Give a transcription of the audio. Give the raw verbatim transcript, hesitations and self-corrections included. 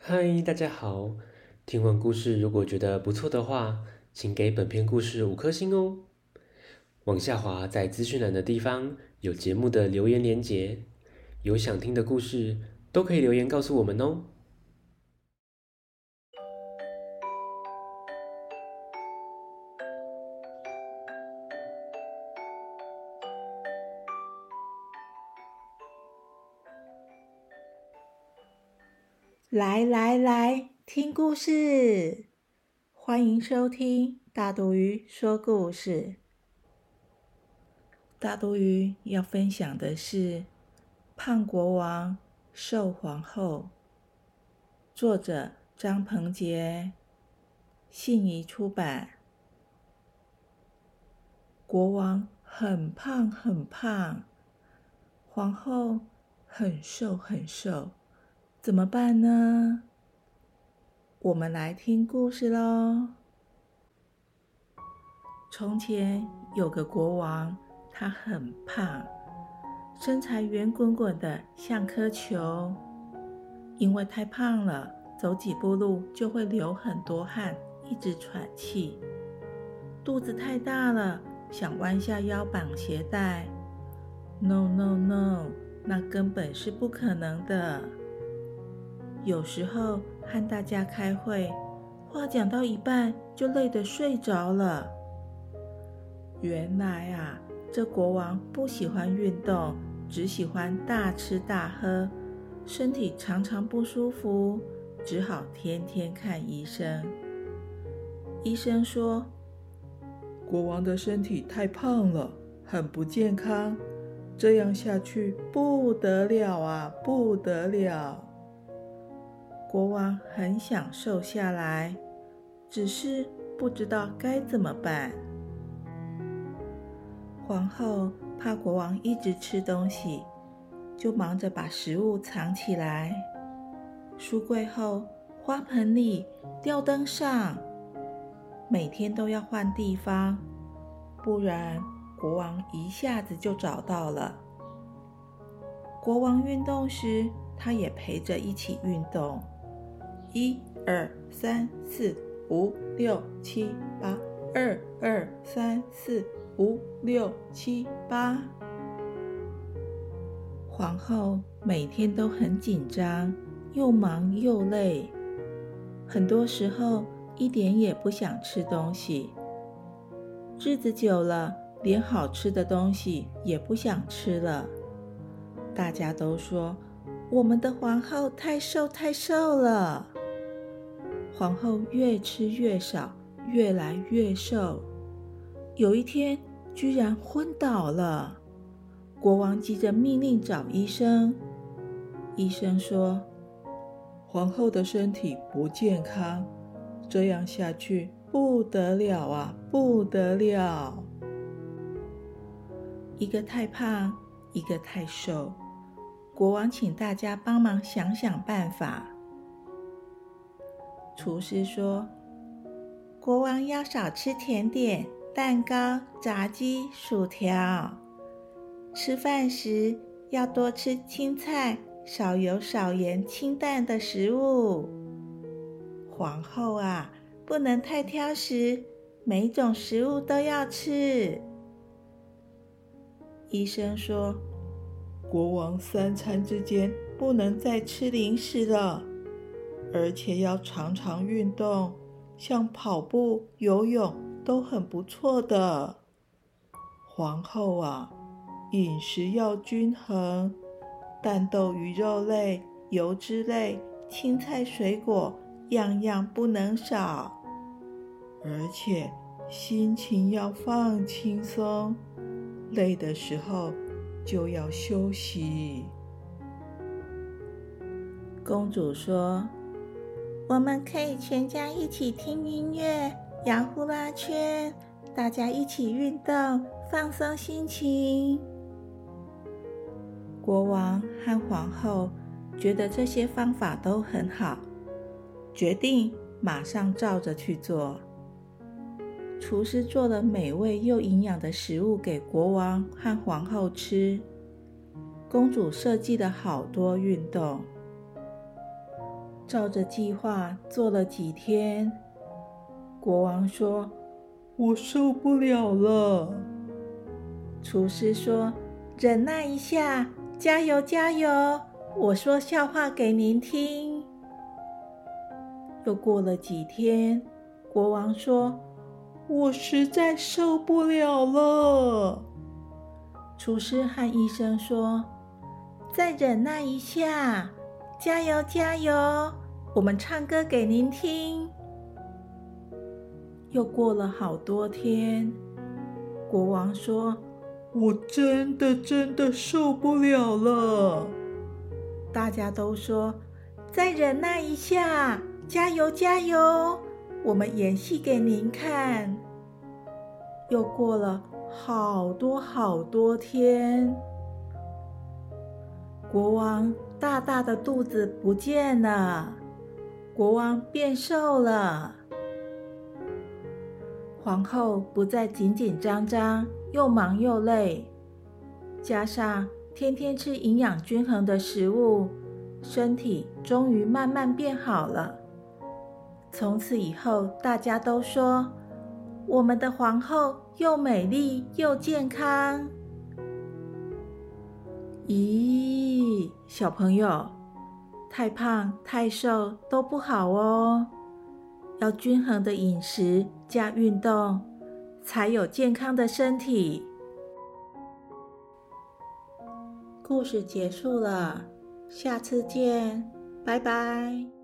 嗨，大家好！听完故事，如果觉得不错的话，请给本篇故事五颗星哦。往下滑，在资讯栏的地方有节目的留言连结，有想听的故事都可以留言告诉我们哦。 来来来，听故事！欢迎收听大肚鱼说故事。大肚鱼要分享的是《胖国王瘦皇后》，作者张鹏杰，信宜出版。国王很胖很胖，皇后很瘦很瘦，怎么办呢？我们来听故事咯。从前有个国王，他很胖，身材圆滚滚的像颗球。因为太胖了，走几步路就会流很多汗，一直喘气。肚子太大了，想弯下腰绑鞋带。No no no， 那根本是不可能的。有时候和大家开会，话讲到一半就累得睡着了。原来啊，这国王不喜欢运动，只喜欢大吃大喝，身体常常不舒服，只好天天看医生。医生说，国王的身体太胖了，很不健康，这样下去不得了啊，不得了。国王很想瘦下来，只是不知道该怎么办。皇后怕国王一直吃东西，就忙着把食物藏起来，书柜后、花盆里、吊灯上，每天都要换地方，不然国王一下子就找到了。国王运动时，他也陪着一起运动。一二三四五六七八，二二三四五六七八。皇后每天都很紧张，又忙又累，很多时候一点也不想吃东西。日子久了，连好吃的东西也不想吃了。大家都说，我们的皇后太瘦太瘦了。皇后越吃越少，越来越瘦。有一天，居然昏倒了。国王急着命令找医生。医生说，皇后的身体不健康，这样下去不得了啊，不得了。一个太胖，一个太瘦。国王请大家帮忙想想办法。厨师说，国王要少吃甜点、蛋糕、炸鸡、薯条。吃饭时要多吃青菜，少油少盐、清淡的食物。皇后啊，不能太挑食，每种食物都要吃。医生说，国王三餐之间不能再吃零食了，而且要常常运动，像跑步、游泳都很不错的。皇后啊，饮食要均衡，蛋豆鱼肉类、油脂类、青菜水果样样不能少，而且心情要放轻松，累的时候就要休息。公主说，我们可以全家一起听音乐，摇呼啦圈，大家一起运动，放松心情。国王和皇后觉得这些方法都很好，决定马上照着去做。厨师做了美味又营养的食物给国王和皇后吃。公主设计了好多运动。 照着计划做了几天。国王说：“我受不了了。”厨师说：“忍耐一下，加油加油，我说笑话给您听。”又过了几天，国王说：“我实在受不了了。”厨师和医生说：“再忍耐一下，加油加油，我们唱歌给您听。”又过了好多天，国王说：“我真的真的受不了了。”大家都说：“再忍耐一下，加油加油，我们演戏给您看。”又过了好多好多天，国王大大的肚子不见了，国王变瘦了。皇后不再紧紧张张，又忙又累，加上天天吃营养均衡的食物，身体终于慢慢变好了。从此以后，大家都说我们的皇后又美丽又健康。咦，小朋友，太胖太瘦都不好哦，要均衡的饮食加运动，才有健康的身体。故事结束了，下次见，拜拜。